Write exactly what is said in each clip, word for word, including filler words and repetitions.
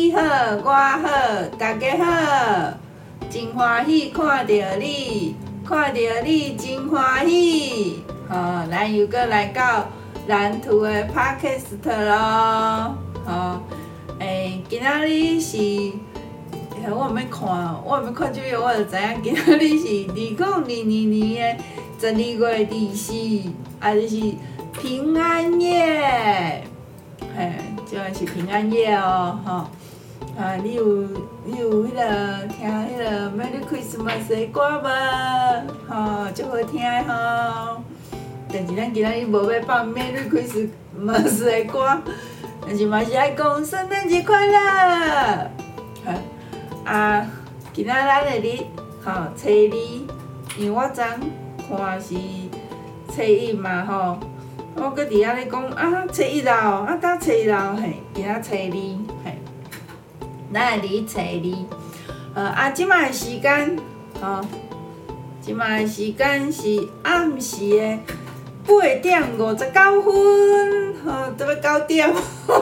你好，我好，大家好，真欢喜看到你，看到你真欢喜。吼、哦，咱又搁来到蓝图的 podcast 咯。吼、哦，诶，今仔日是，我毋要看，我毋要看这个，我就知影今仔日是二零二二年的十二月二四，啊，就是平安夜。嘿，即个是平安夜哦，吼、啊，你有你有迄、那个听迄个 Merry Christmas 的歌无？吼，足好听的吼。但是咱今仔日无要放 Merry Christmas 的歌，但是嘛是爱讲圣诞节快乐。哈，啊，今仔咱的日，吼，初二，因为我昨看是初一嘛，吼。我搁伫遐咧讲啊，初一啦哦，啊，搭初一啦嘿，今仔初二嘿，咱会伫初二，呃啊，即摆的时间，吼，即摆的时间是暗时的八点五十九分，吼，都要九点，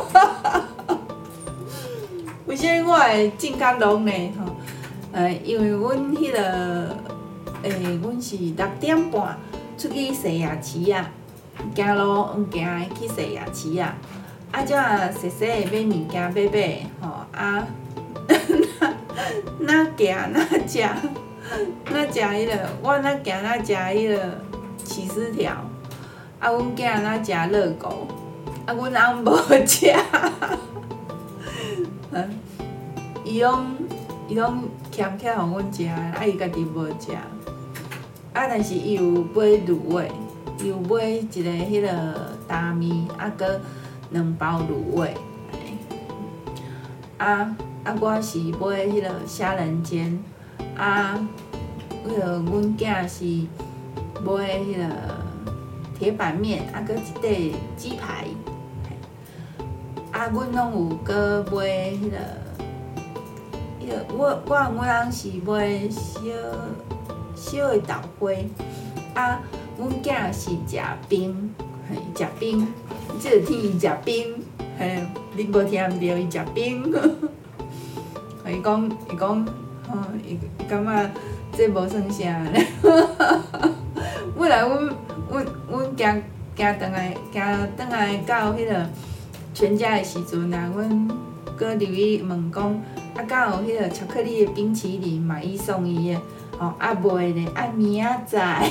为啥我会真较拢呢？吼，呃，因为阮迄、那个，诶，阮是六点半出去洗牙齿啊。行路往行去洗牙齿啊，啊，这啊洗洗的买物件买买吼啊，哪行哪食，哪食迄个，我哪行哪食迄个起司条，啊，阮囝哪食热狗，啊，阮翁无食，伊拢伊拢欠起来互阮食，啊，伊家己无食，啊，但是伊有买卤味。有买一个迄个大面，啊，搁两包卤味，啊啊，我是买迄个虾仁煎，啊，迄个阮囝是买迄个铁板面，啊，搁一块鸡排，啊，阮拢有搁买迄个，迄个我我阮翁是买小小的豆花，啊。阮囝是食冰，嘿，食冰，即个天伊食冰，嘿，你无听毋着，伊食冰。伊讲，伊讲，吼，伊感觉这无算啥咧。本来阮阮阮行行转来，行转来到迄个全家的时阵啊，阮搁入去问讲，啊，敢有迄个巧克力的冰淇淋买一送一的？吼，啊袂咧，啊明仔载，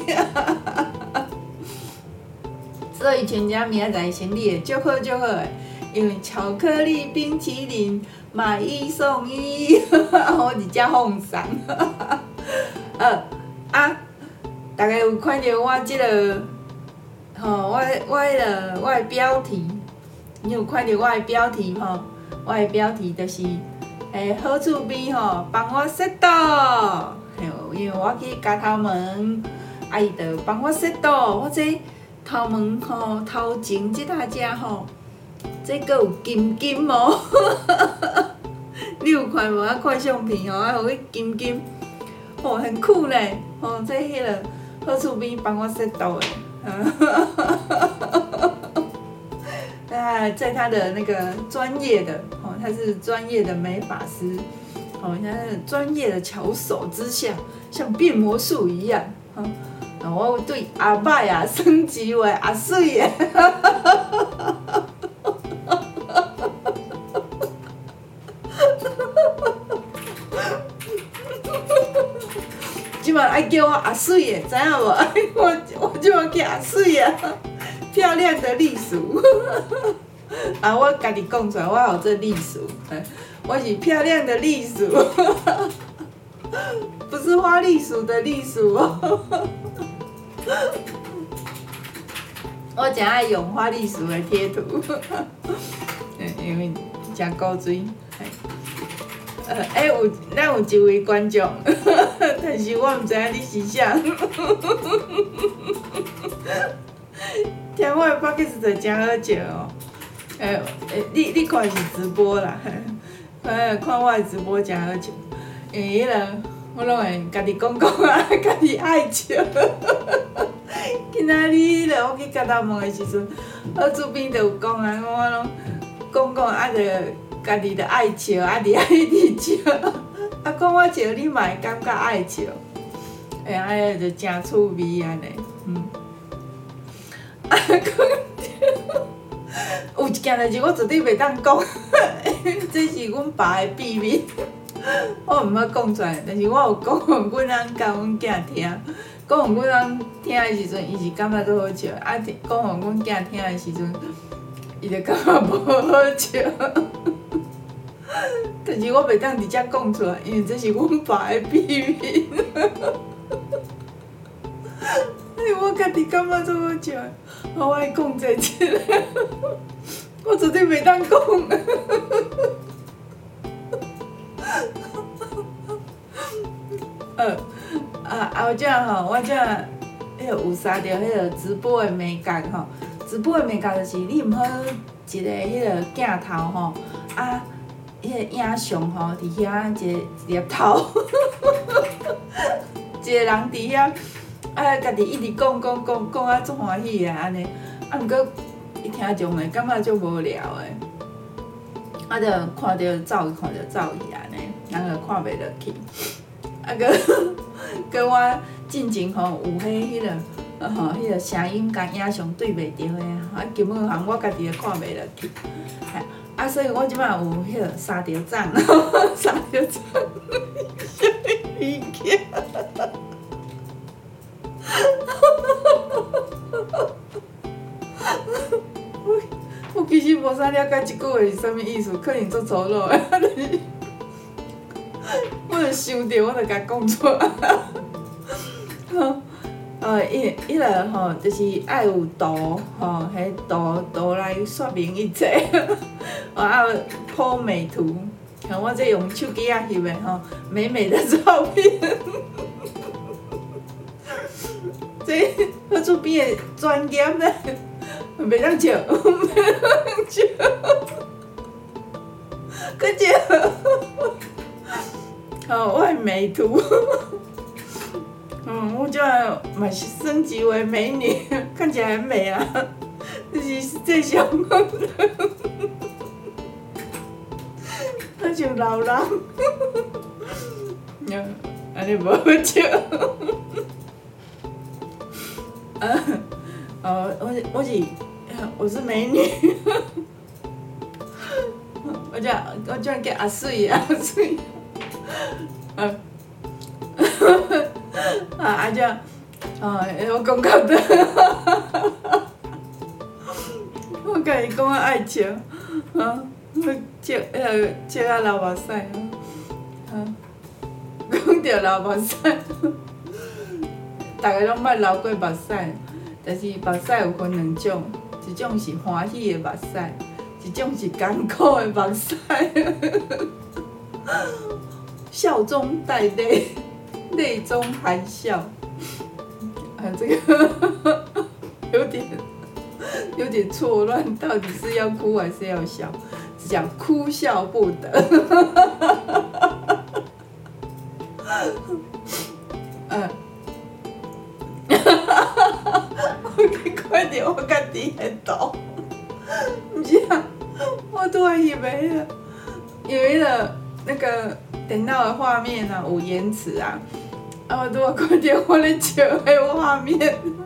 所以全家明仔载生理会足好足好诶，因为巧克力冰淇淋买一送一，我直接奉上。呃啊，大家有看到我即、这个，吼、哦，我我迄个我诶标题，你有看到我诶标题吼？我诶标题就是，诶，好厝边吼，帮我set到。因为我去家头门，啊伊就帮我set到，我这头门吼头前即搭只吼，这个有金金哦，你有看无？啊看相片吼，啊有迄金金，吼很酷嘞，吼这迄个好厝边帮我set到的，啊，在他的那个专业的，吼他是专业的美发师。哦，在专业的巧手之下，像变魔术一样，哈、嗯，我对阿伯啊升级为阿水耶，即摆爱叫我阿水耶，知影无？我我即摆叫阿水啊，漂亮的栗鼠。啊，我家己讲出来，我有这栗鼠。我是漂亮的栗鼠，不是花栗鼠的栗鼠哦。我真爱用花栗鼠的贴图，因为真古锥。呃，哎、欸，有咱有一位观众，但是我唔知影你是啥。听我的 podcast 真好笑哦。诶、欸、诶，你你看是直播啦。看看我的直播真好笑，因为迄个我拢会家己讲讲啊，家己爱笑。今仔日迄个我去家头问的时阵，我厝边就有讲啊，我拢讲讲啊，就家己着爱笑，啊，你爱一直笑，啊，讲我笑，你嘛会感觉爱笑，哎，安尼就真趣味安尼，嗯。啊，讲有一件代志我绝对袂当讲，这是阮爸的秘密，我毋捌讲出来，但是我有讲互阮翁甲阮囝听，讲互阮翁听的时阵，伊是感觉足好笑，啊，讲互阮囝听的时阵，伊就感觉无好笑。但是我袂当直接讲出来，因为这是阮爸的秘密。哎，我家己感觉足好笑，我爱讲这个，我绝对袂当讲。呃，啊，后只吼，我只迄个有杀着迄个直播的美感吼，直播的美感就是你毋好一个迄个镜头吼，啊，迄个影像吼伫遐一个摄头，一个人伫遐。啊，家己一直讲讲讲讲啊，足欢喜啊安尼，啊，毋过伊听众会感觉足无聊诶，啊，着看着走看着走去安尼，人就看袂落去。啊，搁搁我进前吼有迄迄个吼迄个声音甲影像对袂着诶，啊，根本含我家己都看袂落去。啊，所以我即摆有迄个三条掌，三条掌，啥物物件？我我其实无啥了解即句话是啥物意思，可能足粗鲁的，但是我就想着，我就甲讲出来。吼，呃，伊伊个吼，就是爱有图吼，迄图图来说明一切，哦，啊，铺美图，像我这用手机啊翕的吼，美美的照片。这好厝边的专业呢，袂当笑，袂当笑，佮笑。好，我的美图，嗯，我叫嘛是升级为美女，看起来很美啊，就是最上好的，好像老人，嗯，安尼无好笑。啊，哦，我是我是我是美女，我叫我叫叫阿水阿水，啊，啊阿只，哦，我讲到的，我甲伊讲我爱笑，啊，我笑迄个笑啊流目屎，啊，讲到流目屎。逐个拢捌流过目屎，但是目屎有分两种，一种是欢喜的目屎，一种是艰苦的目屎。笑中带泪，泪中含笑。啊，这个有点有点错乱，到底是要哭还是要笑？是讲哭笑不得。嗯。快点，我家己会读。毋是啊，我拄仔翕的迄个，因为迄个那个电脑的画面啊有延迟啊，啊我拄仔看到我咧笑的画面，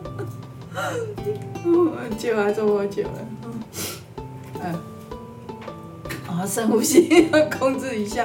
笑啊做好笑的，嗯，啊深呼吸，控制一下。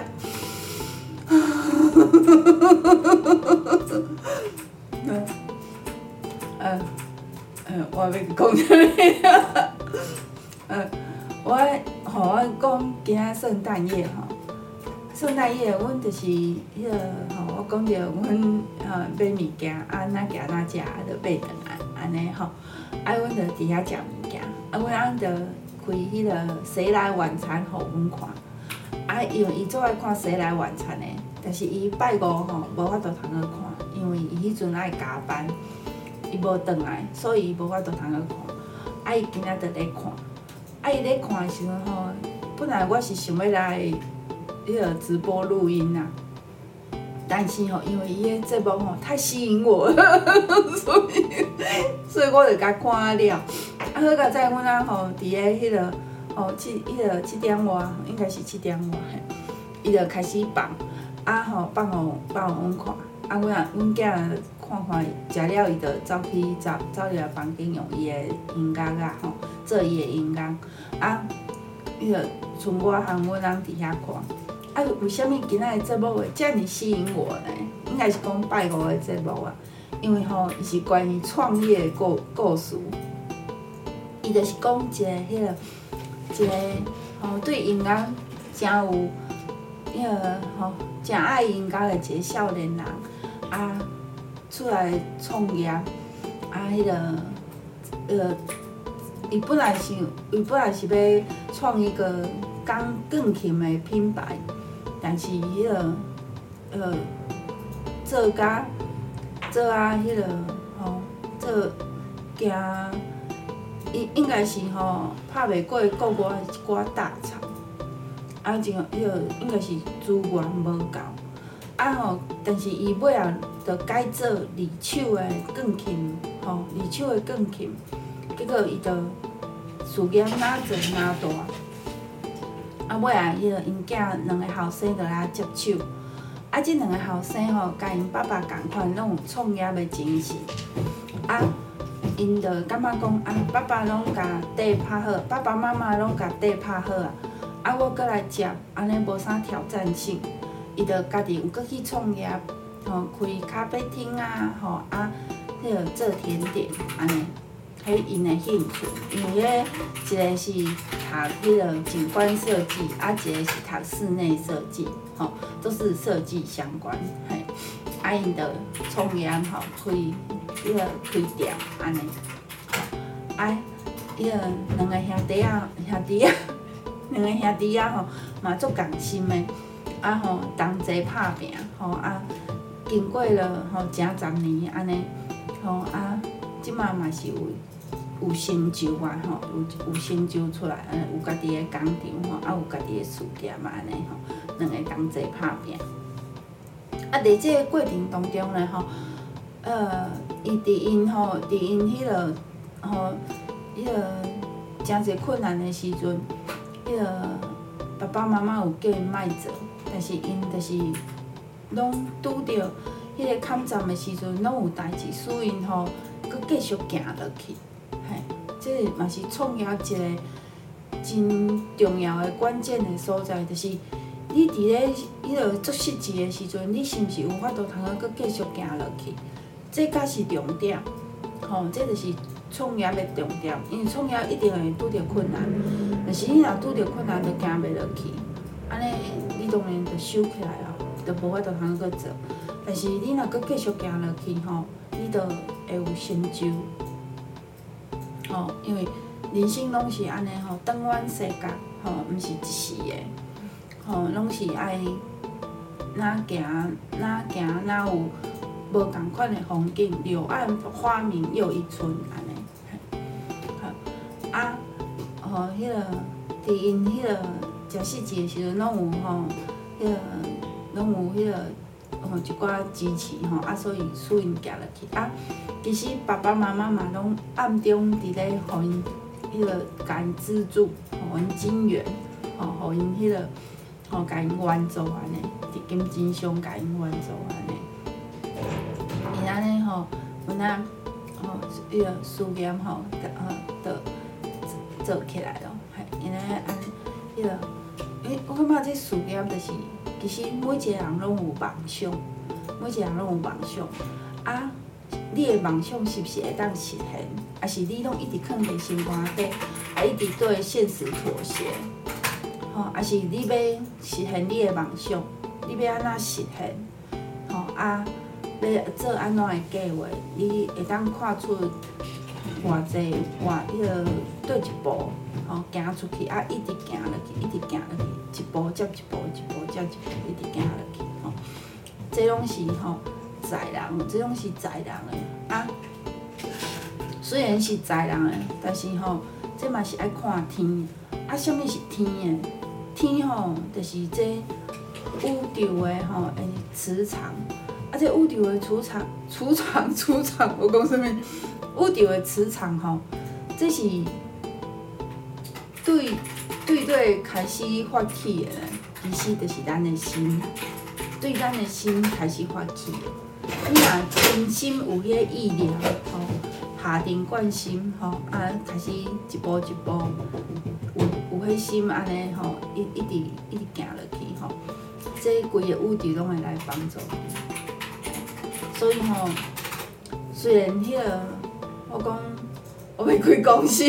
嗯嗯。嗯，我要讲啥物？嗯，我吼我讲今仔圣诞夜吼，圣诞夜阮就是迄个吼，我讲着阮吼买物件，啊哪行哪食，着买转来安尼吼，啊阮着伫遐食物件，啊阮翁着开迄个谁来晚餐互阮看，啊因为伊最爱看谁来晚餐的，但是伊拜五吼无法度通去看，因为伊迄阵爱加班。伊无转来，所以伊无法度通去看。啊，伊今仔就咧看。啊，伊咧看的时阵吼，本来我是想要来迄个直播录音啦，但是吼，因为伊个节目吼太吸引我了，所以所以我就甲看了。啊，好佳在阮翁吼伫个迄个吼七伊个七点外，应该是七点外嘿，伊就开始放，啊吼放互放互阮看，啊阮也阮囝看看食了，伊就走去走走入来房间用伊的音乐啊吼做伊的音乐，啊伊就剩我和阮翁伫遐看。啊，为虾米今仔个节目会遮尔吸引我呢？应该是讲拜五的节目啊，因为吼，伊是关于创业故故事，伊就是讲一个迄个一个吼对音乐真有迄个吼真爱音乐的一个少年人啊，出来创业啊，迄个呃，伊本来是伊本来是要创一个钢钢琴的品牌。但是迄个呃，做甲做啊，迄个吼做惊，应应该是吼拍袂过国外一寡大厂，啊，就迄个应该是资源无够，啊吼，但是伊尾啊，着改做二手的钢琴，吼二手的钢琴，结果伊着事业哪做哪大。啊，尾啊，迄个因囝两个后生就来接手，啊，即两个后生吼，甲因爸爸共款，拢有创业的精神。啊，因就感觉讲，啊，爸爸拢甲底拍好，爸爸妈妈拢甲底拍好啊，啊，我搁来接，安尼无啥挑战性。伊就家己有搁去创业，吼，开咖啡厅啊，吼，啊，迄个做甜点，安尼。迄因的兴趣，因为迄一个是读迄个景观设计，啊一个是读室内设计，吼，都是设计相关，嘿，啊因着创业吼，开迄个开店安尼，啊，迄个两个兄弟仔兄弟仔，两个兄弟仔吼嘛足共心的，啊吼同齐拍拼，吼啊经过了吼正十年安尼，吼啊即马嘛是有。有成就啊，吼，有有成就出来，嗯，有家己的工厂吼，啊有家己的事业嘛，安尼吼，两个同齐拍拼。啊，伫即个过程当中呢，吼，呃，伊伫因吼，伫因迄落吼，迄个诚侪困难的时阵，迄个爸爸妈妈有叫因莫做，但是因就是拢拄着迄个坎站的时阵，拢有代志使因吼，搁继续行落去。嘿，这嘛是创业一个真重要的关键的所在，就是你伫咧迄落做实志的时阵，你是毋是有法度通啊，搁继续行落去？这才是重点，吼，这就是创业的重点。因为创业一定会拄着困难，但是你若拄着困难，就行袂落去，安尼你当然就收起来啊，就无法度通搁做。但是你若搁继续行落去，吼，你就会有成就。吼，因为人生拢是安尼吼，转弯世界吼，毋是一时的，吼，拢是爱哪行哪行哪有无共款的风景，柳暗花明又一村安尼。好，啊，吼，迄个伫因迄个食四季的时阵，拢有吼，迄个拢有迄个吼一寡支持吼，啊，所以使因行落去啊。其实爸爸妈妈嘛，拢暗中伫咧，互因迄个甲因资助，互因金援，吼，互因迄个，吼，甲因援助安尼，伫金钱上甲因援助安尼。因安尼吼，有咱吼迄个事业吼，呃，就做起来咯。嘿，因安安迄个，诶，我感觉这事业就是，其实每一个人拢有梦想，每一个人拢有梦想啊。你的梦想是不是会当实现？还是你拢一直囥伫心肝底，还一直对现实妥协？吼，还是你要实现你的梦想？你要安怎实现？吼啊，要做安怎的计划？你会当看出偌济偌迄个对一步，吼行出去啊，一直行落去，一直行落去，一步接一步，一步接一步，一直行落去，吼，这拢是吼。才人，这种是才人的啊。虽然是才人的，但是吼，这嘛是爱看天啊。什么是天的？天吼，就是这宇宙的吼，诶，磁场。啊，这宇宙的磁场，磁场，磁场，我讲什么？宇宙的磁场吼，这是对对对开始发起的咧，其实就是咱的心，对咱的心开始发起的。你若真心有迄个意念，吼、下定决心，吼、啊，开始一步一步，有有迄心安尼吼，一一直一直行落去吼，这规个宇宙拢会来帮助你。所以吼，虽然迄、那个我讲我要开公司，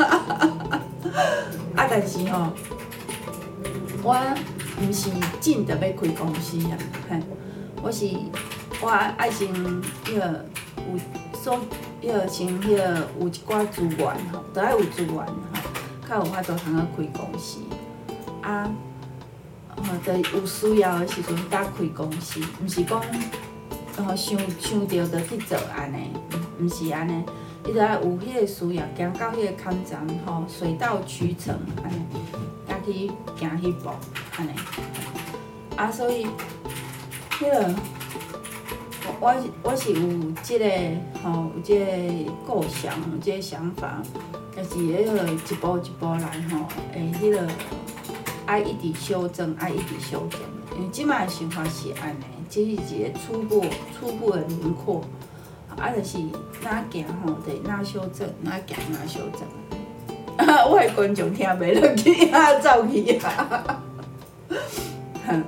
啊，但是吼，我毋是真着要开公司啊，嘿，我是。我爱先迄个有所，迄个先迄个有一寡资源吼，着爱有资源吼，较有法度通啊开公司。啊，吼，着有需要的时阵才开公司，毋是讲吼想想着着去做安尼，毋是安尼。你着爱有迄个需要，行到迄个坎站吼，水到渠成安尼，才去行迄步安尼。啊，所以迄个。我我是有即、这个吼，有即个构想，有即个想法，但是迄个一步一步来吼，会迄个爱一直修正，爱一直修正。因为即摆的想法是安尼，只是一个初步初步的轮廓，啊，就是哪行吼，得哪修正，哪行哪修正。啊，我的观众听袂落去啊，走去啊。哼，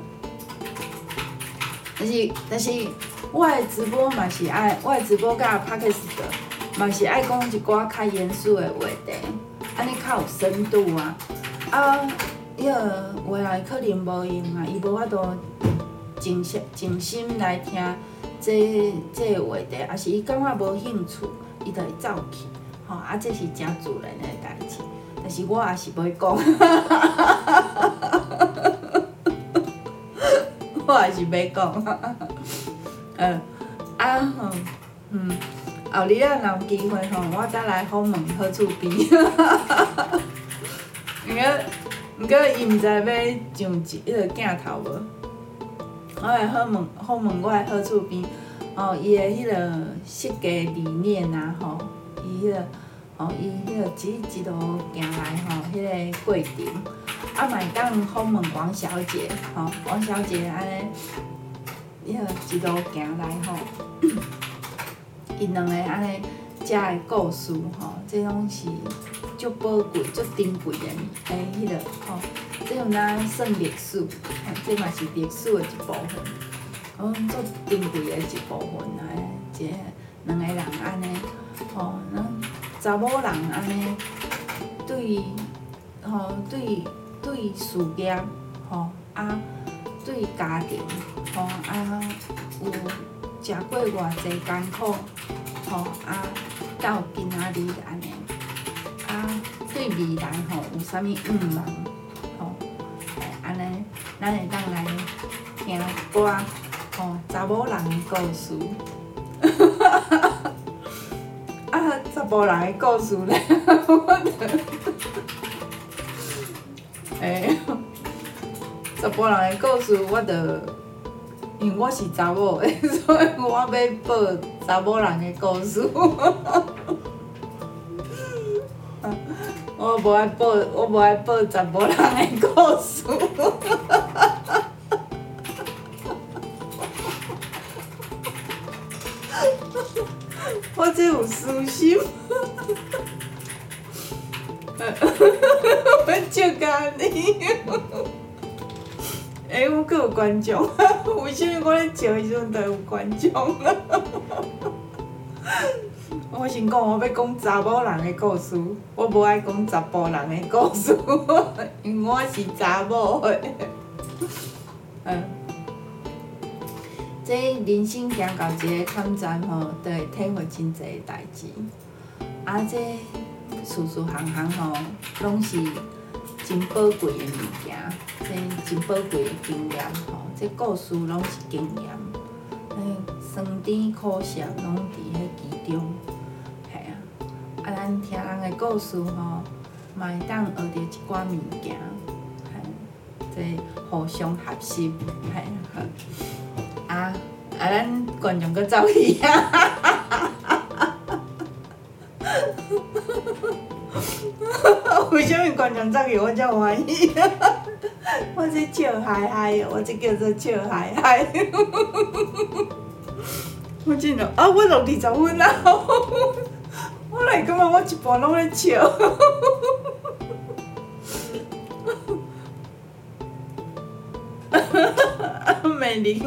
但是但是。我的直播嘛是爱，我的直播甲 Podcast 嘛是爱讲一寡较严肃的话题，安尼较有深度啊。啊，迄个话也可能无用啊，伊无法度静心静心来听这这个话题，也是伊感觉无兴趣，伊就会走去。吼、啊，这是真自然的代志。但是我也是袂讲，我也是袂讲。嗯，啊吼，嗯，后日啊，若有机会吼，我再来访问好厝边。毋过，毋过伊毋知要上一迄个镜头无？我来访问访问我的好厝边，哦，伊的迄个设计理念啊，吼，伊迄个，哦，伊迄个一一路行来吼，迄个过程，啊，嘛会当访问王小姐，吼，王小姐安尼。伊个一路行来吼，因两个安尼遮的故事吼，这拢是足宝贵、足珍贵的诶，迄个吼，这种咱算历史，这嘛是历史的一部分，哦，足珍贵的一部分啊，一个两个人安尼，吼，咱查某人安尼对，吼对对事业，吼啊。对家庭，吼啊，有食过偌济艰苦，吼啊，到今仔日安尼，啊，对未来吼有啥物愿望，吼，安尼，咱会当来听歌，吼，查某人的故事，啊，查甫人的故事咧，诶。查甫人的故事，我着，因为我是查某的，所以我要报查某人的故事。我无爱报，我无爱报查甫人的故事。我这有私心。我笑甲你。诶、欸，我阁有观众，为什么我咧笑的时阵都有观众？我先讲，我要讲查某人的故事，我无爱讲查甫人的故事，因为我是查某的。嗯，这人生行到一个坎站吼，都会体会真侪代志。啊，这事事行行吼，拢是真宝贵的物件。这真宝贵的经验吼，这故事拢是经验，诶，酸甜苦涩拢伫迄其中，系啊。啊，咱听人的故事吼，嘛会当学着一寡物件，系，这互相学习，系啊。啊，啊，咱观众搁走去啊！ 为什么观众昨去我遮欢喜？我这笑嗨嗨，我这叫做笑嗨嗨。我真的啊，我录二十分啦，我来感觉我一半拢咧笑。美玲，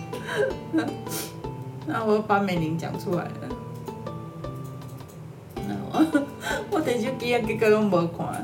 那我把美玲讲出来了。我我摕手机啊，结果拢无看。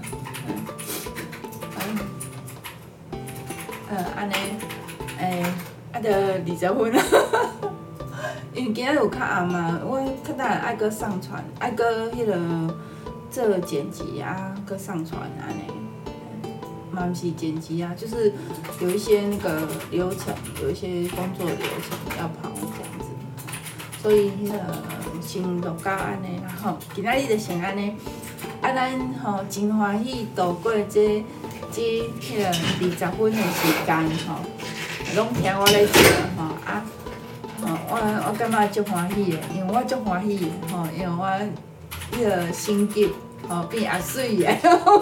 呃，安尼，诶，啊，着二十分啊。因为今仔有较暗嘛，我较等爱搁上传，爱搁迄个做剪辑啊，搁上传安尼。嘛不是剪辑啊，就是有一些那个流程，有一些工作流程要跑这样子，所以迄个先录到安尼啦吼。今仔日就先安尼，啊咱吼真欢喜度过这这迄个二十分的时间吼，拢听我咧笑吼啊，吼我我感觉足欢喜的，因为我足欢喜的吼，因为我迄个成绩吼变阿水的。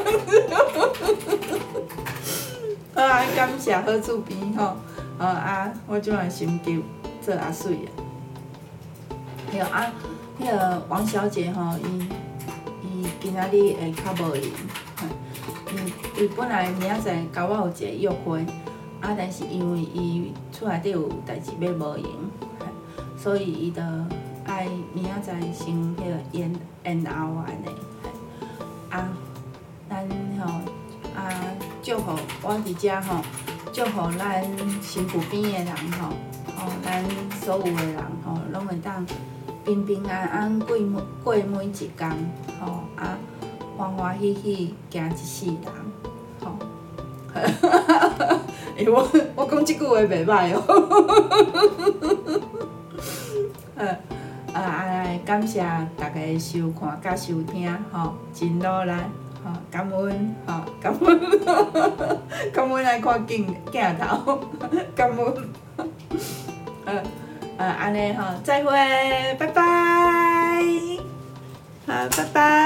好啊，感谢好厝边吼，哦啊，我即摆成就做阿水啊。对啊，迄个王小姐吼，伊伊今仔日会较无闲，伊伊本来明仔载甲我有一个约会，啊，但是因为伊厝内底有代志要无闲，所以伊着爱明仔载先迄个演演后安尼，啊，咱吼。啊，祝福我伫遮吼，祝福咱身躯边的人吼，吼咱所有的人吼，拢会当平平安安过每过每一天，吼啊，欢欢喜喜行一世人，吼。诶、欸，我我讲即句话袂歹哦。呃啊啊！感谢大家的收看甲收听，吼，真努力。吼，感恩，吼，感恩，感恩爱看镜镜头，感恩，呃呃，安尼吼，再会，拜拜，好，拜拜。